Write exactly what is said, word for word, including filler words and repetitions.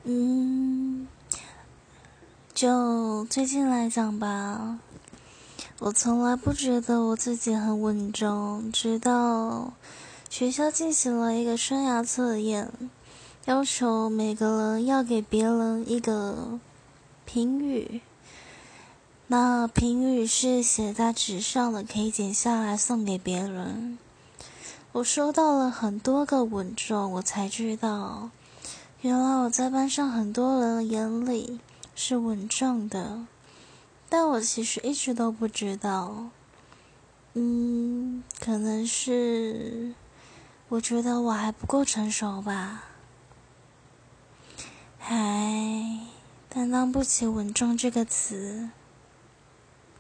嗯，就最近来讲吧，我从来不觉得我自己很稳重，直到学校进行了一个生涯测验，要求每个人要给别人一个评语。那评语是写在纸上的，可以剪下来送给别人。我收到了很多个稳重，我才知道，原来我在班上很多人眼里是稳重的，但我其实一直都不知道。嗯，可能是我觉得我还不够成熟吧，还担当不起稳重这个词。